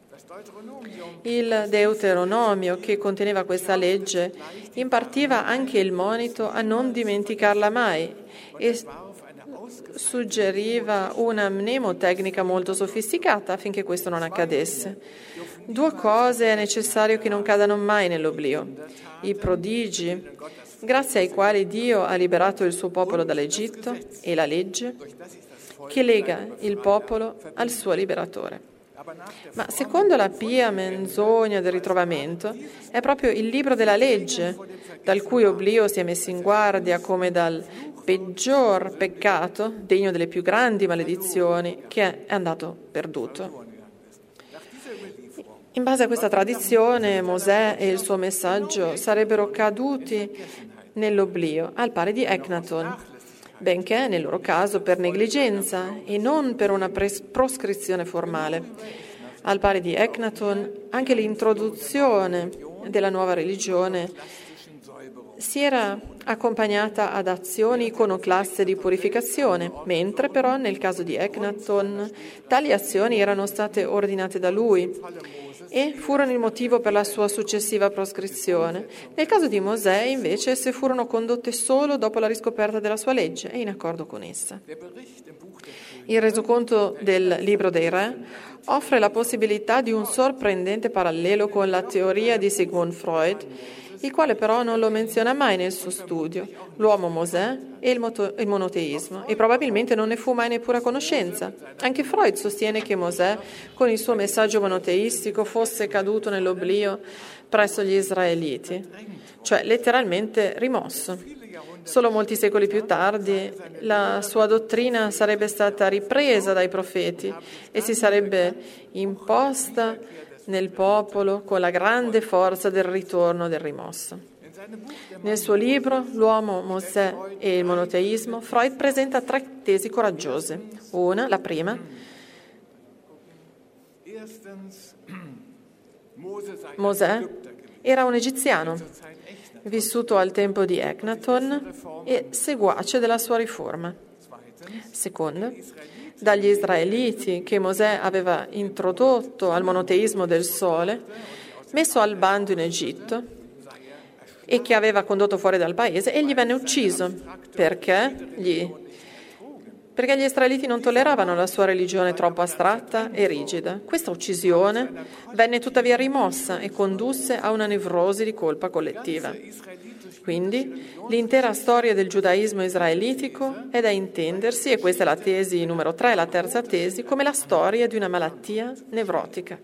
Il Deuteronomio, che conteneva questa legge, impartiva anche il monito a non dimenticarla mai e suggeriva una mnemotecnica molto sofisticata affinché questo non accadesse. Due cose è necessario che non cadano mai nell'oblio: i prodigi, grazie ai quali Dio ha liberato il suo popolo dall'Egitto, e la legge, che lega il popolo al suo liberatore. Ma secondo la pia menzogna del ritrovamento, è proprio il libro della legge, dal cui oblio si è messo in guardia come dal peggior peccato, degno delle più grandi maledizioni, che è andato perduto. In base a questa tradizione, Mosè e il suo messaggio sarebbero caduti nell'oblio, al pari di Ecnaton, benché nel loro caso per negligenza e non per una proscrizione formale. Al pari di Ecnaton, anche l'introduzione della nuova religione si era accompagnata ad azioni iconoclaste di purificazione, mentre però nel caso di Ecnaton tali azioni erano state ordinate da lui. e furono il motivo per la sua successiva proscrizione. Nel caso di Mosè, invece, esse furono condotte solo dopo la riscoperta della sua legge e in accordo con essa. Il resoconto del Libro dei Re offre la possibilità di un sorprendente parallelo con la teoria di Sigmund Freud, il quale però non lo menziona mai nel suo studio, l'uomo Mosè e il monoteismo, e probabilmente non ne fu mai neppure a conoscenza. Anche Freud sostiene che Mosè, con il suo messaggio monoteistico, fosse caduto nell'oblio presso gli israeliti, cioè letteralmente rimosso. Solo molti secoli più tardi la sua dottrina sarebbe stata ripresa dai profeti e si sarebbe imposta nel popolo con la grande forza del ritorno del rimosso. Nel suo libro L'uomo, Mosè e il monoteismo, Freud presenta 3 tesi coraggiose. La prima, Mosè era un egiziano, vissuto al tempo di Echnaton e seguace della sua riforma. Seconda, dagli israeliti che Mosè aveva introdotto al monoteismo del sole, messo al bando in Egitto e che aveva condotto fuori dal paese, egli venne ucciso perché gli israeliti non tolleravano la sua religione troppo astratta e rigida. Questa uccisione venne tuttavia rimossa e condusse a una nevrosi di colpa collettiva. Quindi l'intera storia del giudaismo israelitico è da intendersi, e questa è la tesi numero 3, la terza tesi, come la storia di una malattia nevrotica.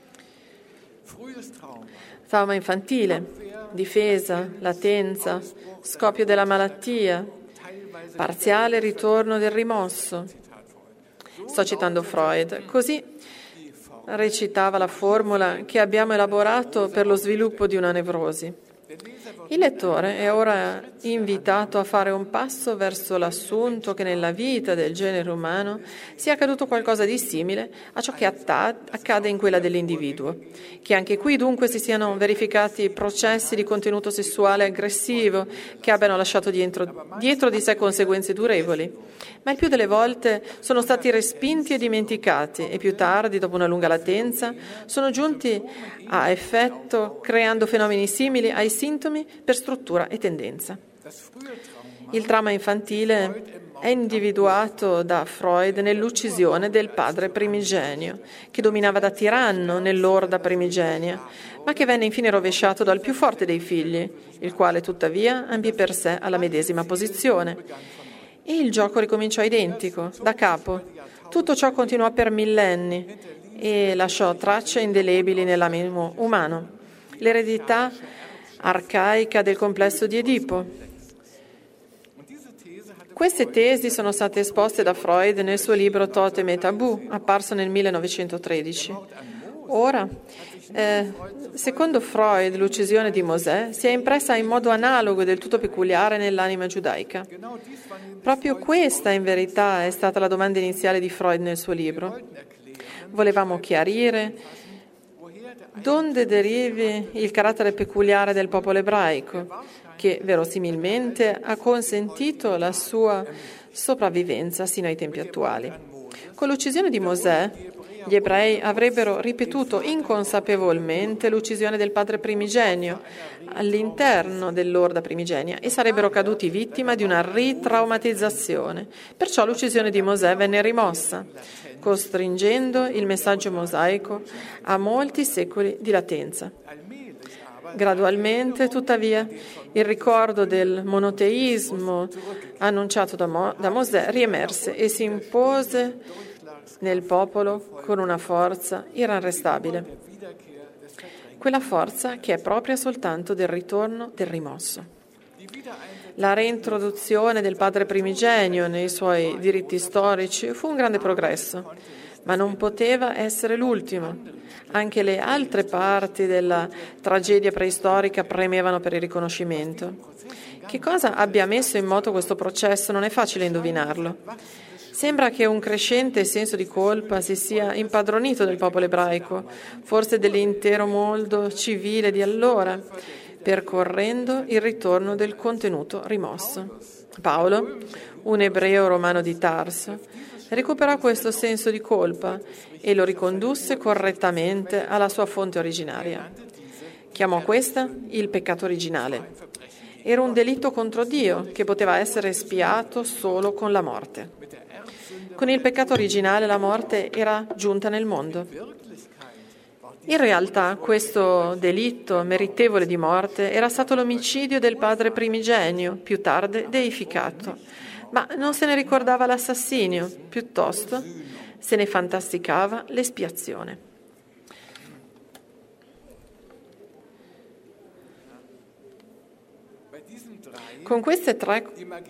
Trauma infantile, difesa, latenza, scoppio della malattia, parziale ritorno del rimosso. Sto citando Freud. Così recitava la formula che abbiamo elaborato per lo sviluppo di una nevrosi. Il lettore è ora invitato a fare un passo verso l'assunto che nella vita del genere umano sia accaduto qualcosa di simile a ciò che accade in quella dell'individuo, che anche qui dunque si siano verificati processi di contenuto sessuale aggressivo che abbiano lasciato dietro di sé conseguenze durevoli, ma il più delle volte sono stati respinti e dimenticati e più tardi, dopo una lunga latenza, sono giunti a effetto creando fenomeni simili ai sintomi per struttura e tendenza. Il trauma infantile è individuato da Freud nell'uccisione del padre primigenio, che dominava da tiranno nell'orda primigenia, ma che venne infine rovesciato dal più forte dei figli, il quale tuttavia ambì per sé alla medesima posizione. E il gioco ricominciò identico, da capo. Tutto ciò continuò per millenni e lasciò tracce indelebili nell'animo umano. L'eredità arcaica del complesso di Edipo. Queste tesi sono state esposte da Freud nel suo libro Totem e Tabù, apparso nel 1913. Ora, secondo Freud, l'uccisione di Mosè si è impressa in modo analogo e del tutto peculiare nell'anima giudaica. Proprio questa, in verità, è stata la domanda iniziale di Freud nel suo libro. Volevamo chiarire donde derivi il carattere peculiare del popolo ebraico, che verosimilmente ha consentito la sua sopravvivenza sino ai tempi attuali. Con l'uccisione di Mosè, gli ebrei avrebbero ripetuto inconsapevolmente l'uccisione del padre primigenio all'interno dell'orda primigenia e sarebbero caduti vittima di una ritraumatizzazione. Perciò l'uccisione di Mosè venne rimossa, costringendo il messaggio mosaico a molti secoli di latenza. Gradualmente, tuttavia, il ricordo del monoteismo annunciato da Mosè riemerse e si impose nel popolo con una forza inarrestabile. Quella forza che è propria soltanto del ritorno del rimosso. La reintroduzione del padre primigenio nei suoi diritti storici fu un grande progresso, ma non poteva essere l'ultimo. Anche le altre parti della tragedia preistorica premevano per il riconoscimento. Che cosa abbia messo in moto questo processo non è facile indovinarlo. Sembra che un crescente senso di colpa si sia impadronito del popolo ebraico, forse dell'intero mondo civile di allora, percorrendo il ritorno del contenuto rimosso. Paolo, un ebreo romano di Tarso, recuperò questo senso di colpa e lo ricondusse correttamente alla sua fonte originaria. Chiamò questa il peccato originale. Era un delitto contro Dio che poteva essere espiato solo con la morte. Con il peccato originale la morte era giunta nel mondo. In realtà questo delitto meritevole di morte era stato l'omicidio del padre primigenio, più tardi deificato, ma non se ne ricordava l'assassinio, piuttosto se ne fantasticava l'espiazione. Con queste tre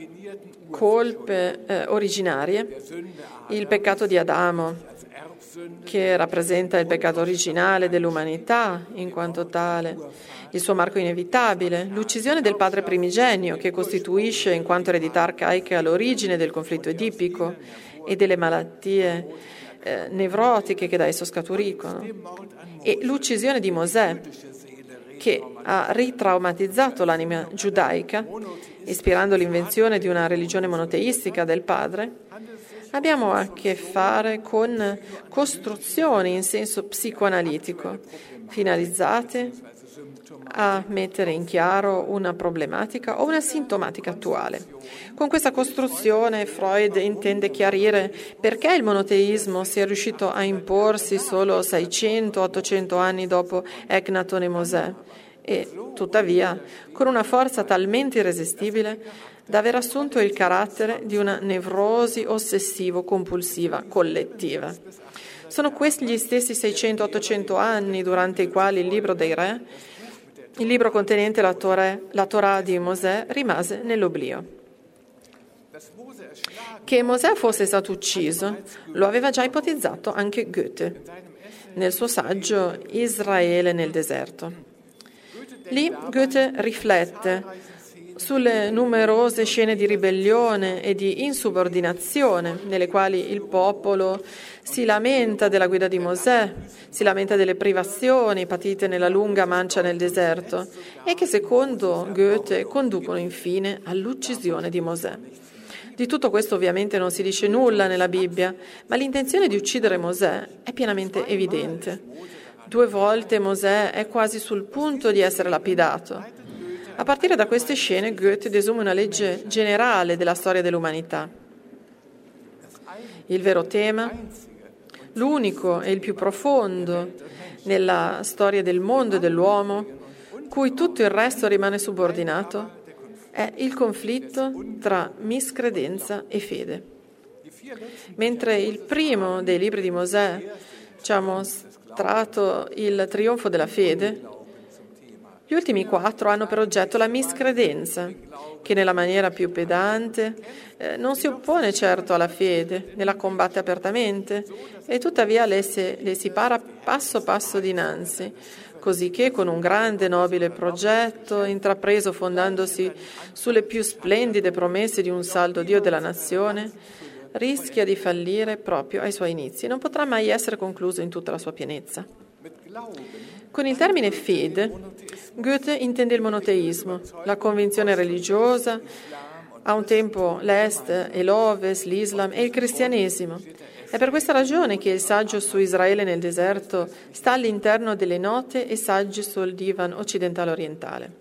colpe originarie, il peccato di Adamo, che rappresenta il peccato originale dell'umanità in quanto tale, il suo marco inevitabile, l'uccisione del padre primigenio, che costituisce in quanto eredità arcaica l'origine del conflitto edipico e delle malattie nevrotiche che da esso scaturiscono, e l'uccisione di Mosè, che ha ritraumatizzato l'anima giudaica, ispirando l'invenzione di una religione monoteistica del padre, abbiamo a che fare con costruzioni in senso psicoanalitico, finalizzate a mettere in chiaro una problematica o una sintomatica attuale. Con questa costruzione Freud intende chiarire perché il monoteismo sia riuscito a imporsi solo 600-800 anni dopo Ecnaton e Mosè e, tuttavia, con una forza talmente irresistibile da aver assunto il carattere di una nevrosi ossessivo-compulsiva collettiva. Sono questi gli stessi 600-800 anni durante i quali il libro dei re, il libro contenente la Torah di Mosè, rimase nell'oblio. Che Mosè fosse stato ucciso lo aveva già ipotizzato anche Goethe nel suo saggio Israele nel deserto. Lì Goethe riflette sulle numerose scene di ribellione e di insubordinazione nelle quali il popolo si lamenta della guida di Mosè, si lamenta delle privazioni patite nella lunga mancia nel deserto e che secondo Goethe conducono infine all'uccisione di Mosè. Di tutto questo ovviamente non si dice nulla nella Bibbia, ma l'intenzione di uccidere Mosè è pienamente evidente. 2 volte Mosè è quasi sul punto di essere lapidato. A partire da queste scene Goethe desume una legge generale della storia dell'umanità. Il vero tema, l'unico e il più profondo nella storia del mondo e dell'uomo, cui tutto il resto rimane subordinato, è il conflitto tra miscredenza e fede. Mentre il primo dei libri di Mosè ci ha mostrato il trionfo della fede, gli ultimi 4 hanno per oggetto la miscredenza, che nella maniera più pedante non si oppone certo alla fede, ne la combatte apertamente e tuttavia le si para passo passo dinanzi, così che con un grande nobile progetto, intrapreso fondandosi sulle più splendide promesse di un saldo Dio della nazione, rischia di fallire proprio ai suoi inizi. Non potrà mai essere concluso in tutta la sua pienezza. Con il termine fede, Goethe intende il monoteismo, la convinzione religiosa, a un tempo l'Est e l'Ovest, l'Islam e il cristianesimo. È per questa ragione che il saggio su Israele nel deserto sta all'interno delle note e saggi sul divan occidentale orientale.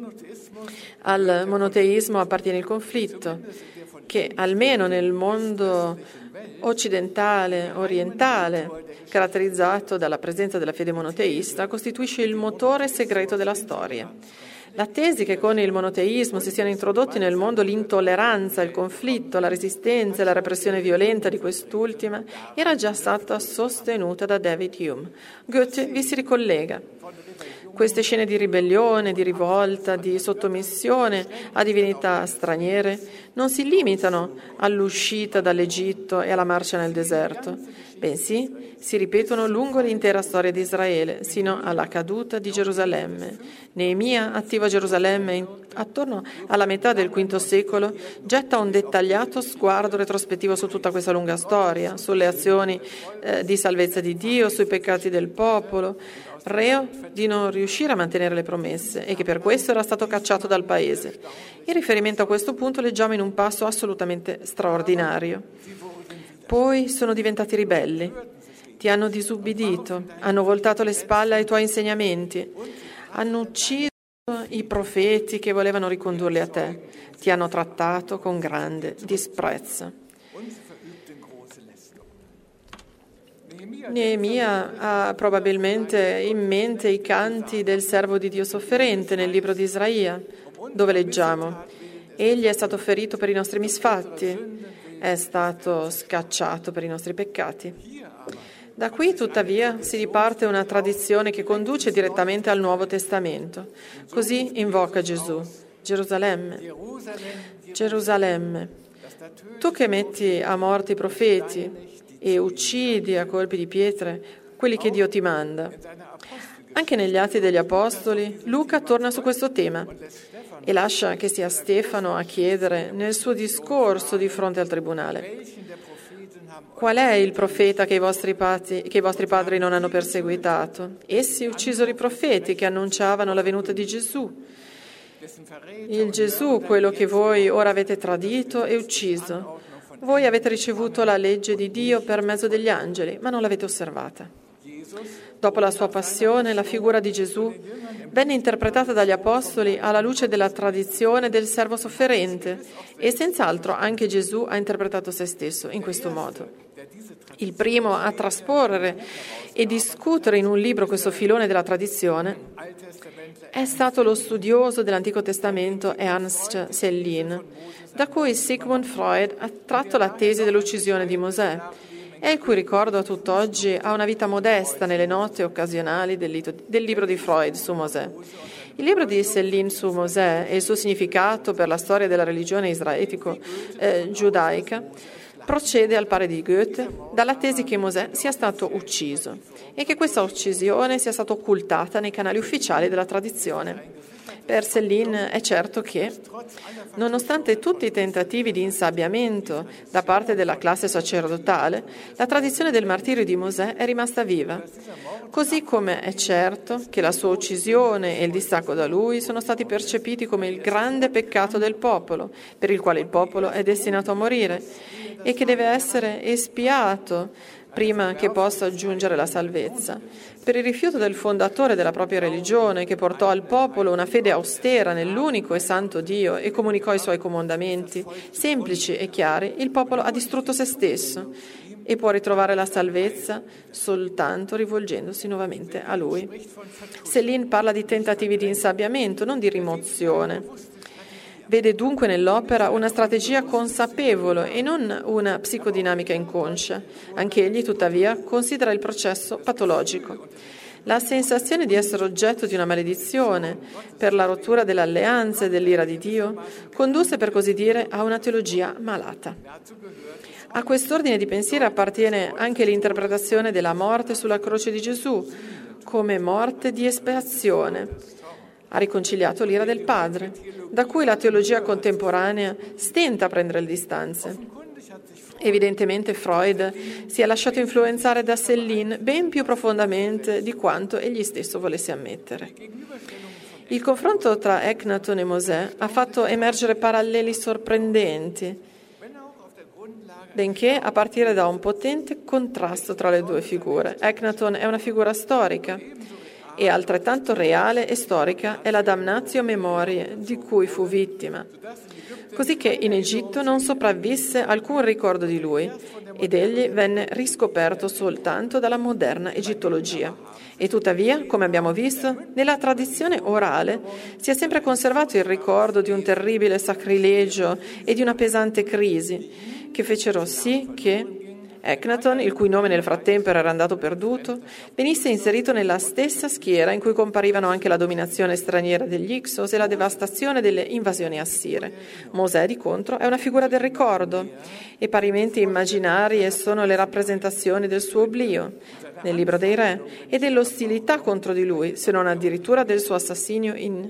Al monoteismo appartiene il conflitto, che almeno nel mondo occidentale, orientale, caratterizzato dalla presenza della fede monoteista, costituisce il motore segreto della storia. La tesi che con il monoteismo si siano introdotti nel mondo l'intolleranza, il conflitto, la resistenza e la repressione violenta di quest'ultima era già stata sostenuta da David Hume. Goethe vi si ricollega. Queste scene di ribellione, di rivolta, di sottomissione a divinità straniere non si limitano all'uscita dall'Egitto e alla marcia nel deserto, bensì si ripetono lungo l'intera storia di Israele, sino alla caduta di Gerusalemme. Neemia, attivo a Gerusalemme attorno alla metà del V secolo, getta un dettagliato sguardo retrospettivo su tutta questa lunga storia, sulle azioni di salvezza di Dio, sui peccati del popolo, reo di non riuscire a mantenere le promesse e che per questo era stato cacciato dal paese. In riferimento a questo punto leggiamo in un passo assolutamente straordinario. Poi sono diventati ribelli, ti hanno disubbidito, hanno voltato le spalle ai tuoi insegnamenti, hanno ucciso i profeti che volevano ricondurli a te, ti hanno trattato con grande disprezzo. Neemia ha probabilmente in mente i canti del servo di Dio sofferente nel libro di Isaia, dove leggiamo: egli è stato ferito per i nostri misfatti, è stato scacciato per i nostri peccati. Da qui, tuttavia, si diparte una tradizione che conduce direttamente al Nuovo Testamento. Così invoca Gesù: Gerusalemme, Gerusalemme, tu che metti a morte i profeti e uccidi a colpi di pietre quelli che Dio ti manda. Anche negli Atti degli Apostoli, Luca torna su questo tema e lascia che sia Stefano a chiedere nel suo discorso di fronte al tribunale: qual è il profeta che i vostri padri non hanno perseguitato? Essi uccisero i profeti che annunciavano la venuta di Gesù. Il Gesù, quello che voi ora avete tradito e ucciso. Voi avete ricevuto la legge di Dio per mezzo degli angeli, ma non l'avete osservata. Dopo la sua passione, la figura di Gesù venne interpretata dagli apostoli alla luce della tradizione del servo sofferente e senz'altro anche Gesù ha interpretato se stesso in questo modo. Il primo a trasporre e discutere in un libro questo filone della tradizione è stato lo studioso dell'Antico Testamento Ernst Sellin, da cui Sigmund Freud ha tratto la tesi dell'uccisione di Mosè, e il cui ricordo a tutt'oggi ha una vita modesta nelle note occasionali del libro di Freud su Mosè. Il libro di Sellin su Mosè e il suo significato per la storia della religione israelitico-giudaica procede, al pari di Goethe, dalla tesi che Mosè sia stato ucciso e che questa uccisione sia stata occultata nei canali ufficiali della tradizione. Per Sellin è certo che, nonostante tutti i tentativi di insabbiamento da parte della classe sacerdotale, la tradizione del martirio di Mosè è rimasta viva, così come è certo che la sua uccisione e il distacco da lui sono stati percepiti come il grande peccato del popolo, per il quale il popolo è destinato a morire e che deve essere espiato prima che possa giungere la salvezza. Per il rifiuto del fondatore della propria religione, che portò al popolo una fede austera nell'unico e santo Dio e comunicò i suoi comandamenti semplici e chiari, il popolo ha distrutto se stesso e può ritrovare la salvezza soltanto rivolgendosi nuovamente a Lui. Sellin parla di tentativi di insabbiamento, non di rimozione. Vede dunque nell'opera una strategia consapevole e non una psicodinamica inconscia. Anche egli, tuttavia, considera il processo patologico. La sensazione di essere oggetto di una maledizione per la rottura dell'alleanza e dell'ira di Dio condusse, per così dire, a una teologia malata. A quest'ordine di pensiero appartiene anche l'interpretazione della morte sulla croce di Gesù come morte di espiazione. Ha riconciliato l'ira del Padre, da cui la teologia contemporanea stenta a prendere le distanze. Evidentemente Freud si è lasciato influenzare da Sellin ben più profondamente di quanto egli stesso volesse ammettere. Il confronto tra Echnaton e Mosè ha fatto emergere paralleli sorprendenti, benché a partire da un potente contrasto tra le due figure. Echnaton è una figura storica, e altrettanto reale e storica è la damnatio memoriae di cui fu vittima, così che in Egitto non sopravvisse alcun ricordo di lui ed egli venne riscoperto soltanto dalla moderna egittologia. E tuttavia, come abbiamo visto, nella tradizione orale si è sempre conservato il ricordo di un terribile sacrilegio e di una pesante crisi che fecero sì che Echnaton, il cui nome nel frattempo era andato perduto, venisse inserito nella stessa schiera in cui comparivano anche la dominazione straniera degli Ixos e la devastazione delle invasioni assire. Mosè, di contro, è una figura del ricordo e parimenti immaginarie sono le rappresentazioni del suo oblio nel libro dei Re e dell'ostilità contro di lui, se non addirittura del suo assassinio in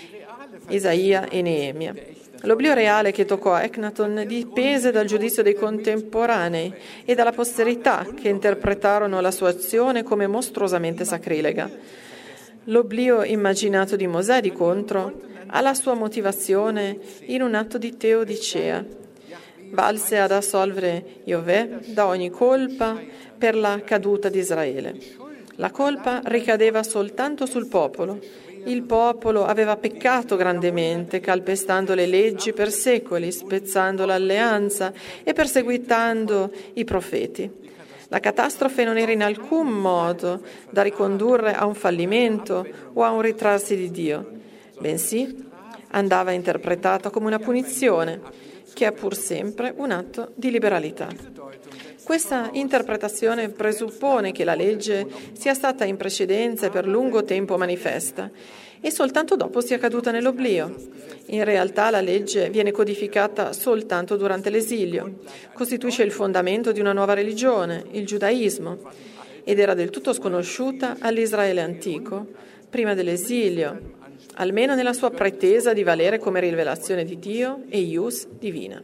Isaia e Neemia. L'oblio reale che toccò a Echnaton dipese dal giudizio dei contemporanei e dalla posterità che interpretarono la sua azione come mostruosamente sacrilega. L'oblio immaginato di Mosè, di contro, ha la sua motivazione in un atto di teodicea. valse ad assolvere Iovè da ogni colpa per la caduta di Israele. La colpa ricadeva soltanto sul popolo. Il popolo aveva peccato grandemente, calpestando le leggi per secoli, spezzando l'alleanza e perseguitando i profeti. La catastrofe non era in alcun modo da ricondurre a un fallimento o a un ritrarsi di Dio, bensì andava interpretata come una punizione, che è pur sempre un atto di liberalità. Questa interpretazione presuppone che la legge sia stata in precedenza e per lungo tempo manifesta e soltanto dopo sia caduta nell'oblio. In realtà la legge viene codificata soltanto durante l'esilio, costituisce il fondamento di una nuova religione, il giudaismo, ed era del tutto sconosciuta all'Israele antico prima dell'esilio, almeno nella sua pretesa di valere come rivelazione di Dio e ius divina.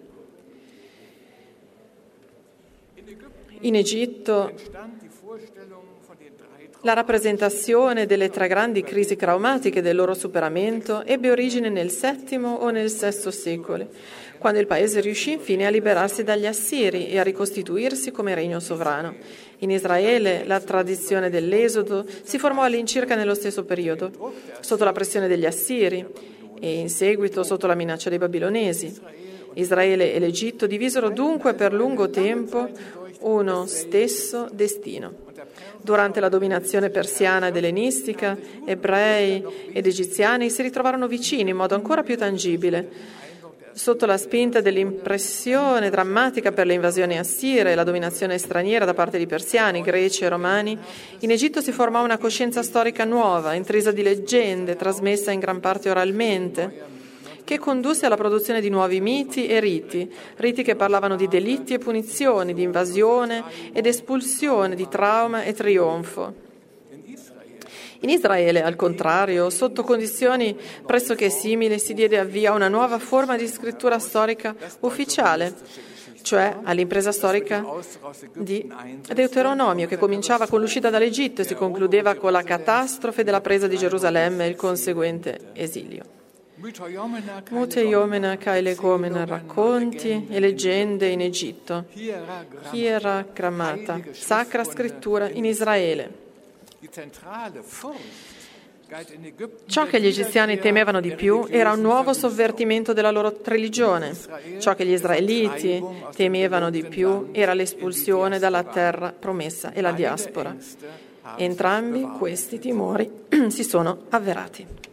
In Egitto la rappresentazione delle tre grandi crisi traumatiche del loro superamento ebbe origine nel VII o nel VI secolo, quando il paese riuscì infine a liberarsi dagli Assiri e a ricostituirsi come regno sovrano. In Israele la tradizione dell'Esodo si formò all'incirca nello stesso periodo, sotto la pressione degli Assiri e in seguito sotto la minaccia dei Babilonesi. Israele e l'Egitto divisero dunque per lungo tempo uno stesso destino. Durante la dominazione persiana ed ellenistica, ebrei ed egiziani si ritrovarono vicini in modo ancora più tangibile. Sotto la spinta dell'impressione drammatica per le invasioni assire e la dominazione straniera da parte di persiani, greci e romani, in Egitto si formò una coscienza storica nuova, intrisa di leggende, trasmessa in gran parte oralmente, che condusse alla produzione di nuovi miti e riti che parlavano di delitti e punizioni, di invasione ed espulsione, di trauma e trionfo. In Israele, al contrario, sotto condizioni pressoché simili, si diede avvio a una nuova forma di scrittura storica ufficiale, cioè all'impresa storica di Deuteronomio, che cominciava con l'uscita dall'Egitto e si concludeva con la catastrofe della presa di Gerusalemme e il conseguente esilio. Mute Iomena Kai Legomena, racconti e leggende in Egitto, Hiera Grammata, sacra scrittura in Israele. Ciò che gli egiziani temevano di più era un nuovo sovvertimento della loro religione. Ciò che gli israeliti temevano di più era l'espulsione dalla terra promessa e la diaspora. Entrambi questi timori si sono avverati.